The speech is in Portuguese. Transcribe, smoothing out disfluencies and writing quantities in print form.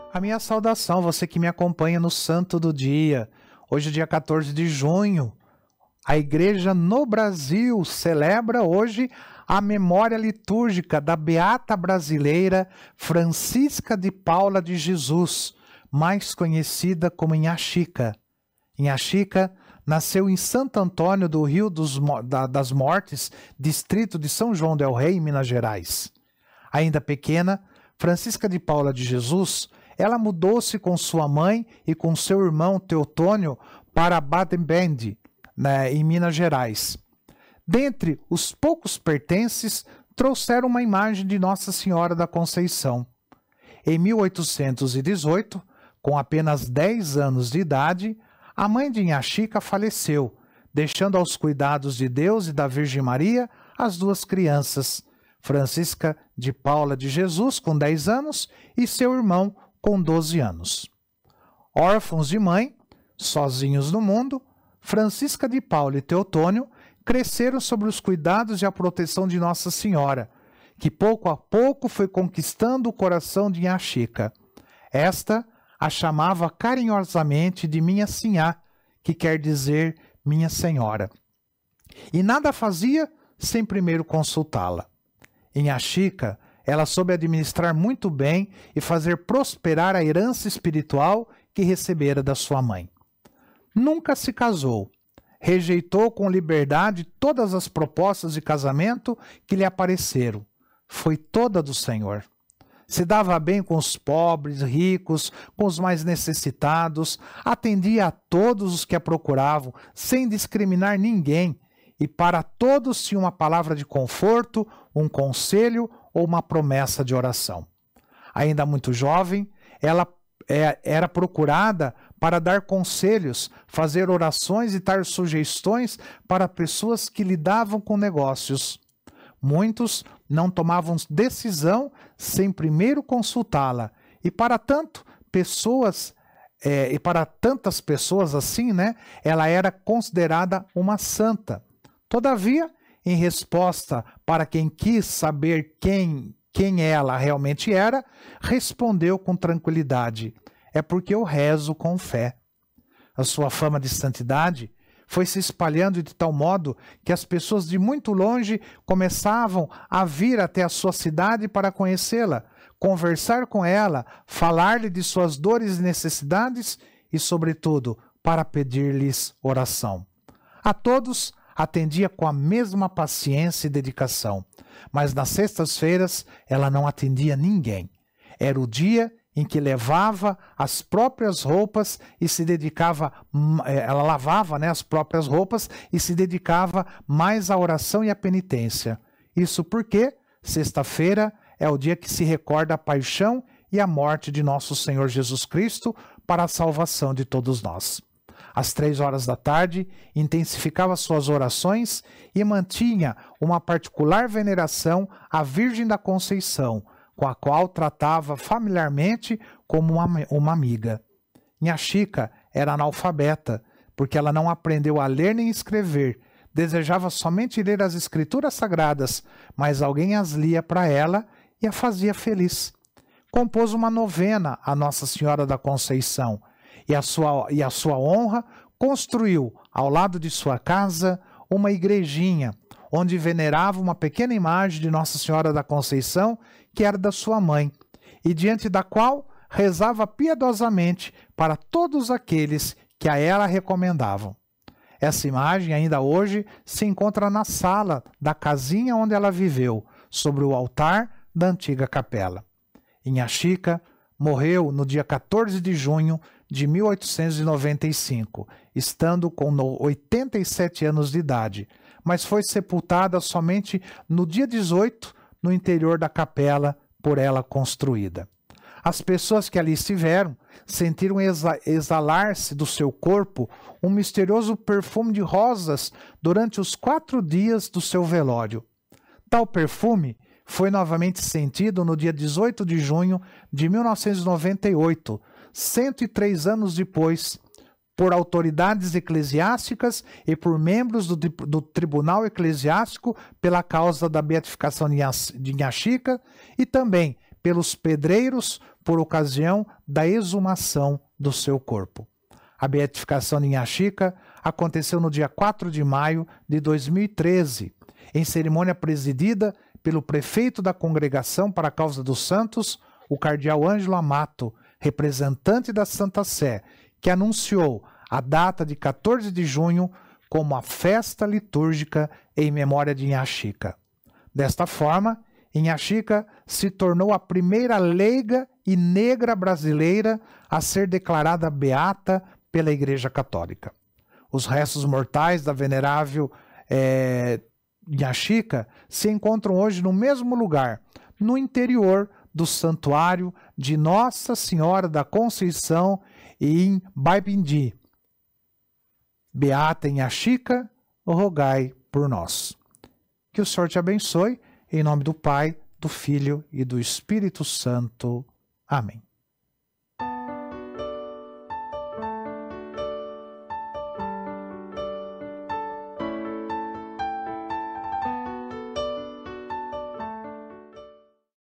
A minha saudação, você que me acompanha no Santo do Dia. Hoje, dia 14 de junho, a igreja no Brasil celebra hoje a memória litúrgica da beata brasileira Francisca de Paula de Jesus, mais conhecida como Inha Chica. Inha Chica nasceu em Santo Antônio do Rio das Mortes, distrito de São João del Rei, em Minas Gerais. Ainda pequena, Francisca de Paula de Jesus, ela mudou-se com sua mãe e com seu irmão Teotônio para Baden-Baden, em Minas Gerais. Dentre os poucos pertences, trouxeram uma imagem de Nossa Senhora da Conceição. Em 1818, com apenas 10 anos de idade, a mãe de Inha Chica faleceu, deixando aos cuidados de Deus e da Virgem Maria as duas crianças, Francisca de Paula de Jesus, com 10 anos, e seu irmão, com 12 anos. Órfãos de mãe, sozinhos no mundo, Francisca de Paula e Teotônio cresceram sob os cuidados e a proteção de Nossa Senhora, que pouco a pouco foi conquistando o coração de Inha Chica. Esta a chamava carinhosamente de Minha Sinhá, que quer dizer Minha Senhora. E nada fazia sem primeiro consultá-la. Inha Chica, ela soube administrar muito bem e fazer prosperar a herança espiritual que recebera da sua mãe. Nunca se casou. Rejeitou com liberdade todas as propostas de casamento que lhe apareceram. Foi toda do Senhor. Se dava bem com os pobres, ricos, com os mais necessitados, atendia a todos os que a procuravam, sem discriminar ninguém, e para todos tinha uma palavra de conforto, um conselho ou uma promessa de oração. Ainda muito jovem, ela era procurada para dar conselhos, fazer orações e dar sugestões para pessoas que lidavam com negócios. Muitos não tomavam decisão sem primeiro consultá-la, e para tantas pessoas assim, ela era considerada uma santa. Todavia, em resposta para quem quis saber quem ela realmente era, respondeu com tranquilidade: é porque eu rezo com fé. A sua fama de santidade foi se espalhando de tal modo que as pessoas de muito longe começavam a vir até a sua cidade para conhecê-la, conversar com ela, falar-lhe de suas dores e necessidades e, sobretudo, para pedir-lhes oração. A todos atendia com a mesma paciência e dedicação, mas nas sextas-feiras ela não atendia ninguém. Era o dia em que levava as próprias roupas e se dedicava, ela lavava as próprias roupas e se dedicava mais à oração e à penitência. Isso porque sexta-feira é o dia que se recorda a paixão e a morte de nosso Senhor Jesus Cristo para a salvação de todos nós. Às 3 da tarde, intensificava suas orações e mantinha uma particular veneração à Virgem da Conceição, com a qual tratava familiarmente como uma amiga. Inha Chica era analfabeta, porque ela não aprendeu a ler nem escrever. Desejava somente ler as Escrituras Sagradas, mas alguém as lia para ela e a fazia feliz. Compôs uma novena a Nossa Senhora da Conceição, e a sua honra construiu, ao lado de sua casa, uma igrejinha, onde venerava uma pequena imagem de Nossa Senhora da Conceição, que era da sua mãe, e diante da qual rezava piedosamente para todos aqueles que a ela recomendavam. Essa imagem ainda hoje se encontra na sala da casinha onde ela viveu, sobre o altar da antiga capela. Inha Chica morreu no dia 14 de junho de 1895, estando com 87 anos de idade, mas foi sepultada somente no dia 18, no interior da capela por ela construída. As pessoas que ali estiveram sentiram exalar-se do seu corpo um misterioso perfume de rosas durante os 4 dias do seu velório. Tal perfume foi novamente sentido no dia 18 de junho de 1998, 103 anos depois, por autoridades eclesiásticas e por membros do Tribunal Eclesiástico pela causa da beatificação de Inha Chica e também pelos pedreiros por ocasião da exumação do seu corpo. A beatificação de Inha Chica aconteceu no dia 4 de maio de 2013, em cerimônia presidida pelo prefeito da Congregação para a Causa dos Santos, o cardeal Ângelo Amato, representante da Santa Sé, que anunciou a data de 14 de junho como a festa litúrgica em memória de Inha Chica. Desta forma, Inha Chica se tornou a primeira leiga e negra brasileira a ser declarada beata pela Igreja Católica. Os restos mortais da venerável Inha Chica se encontram hoje no mesmo lugar, no interior do santuário de Nossa Senhora da Conceição em Baipindi. Beata Inha Chica, rogai por nós. Que o Senhor te abençoe, em nome do Pai, do Filho e do Espírito Santo. Amém.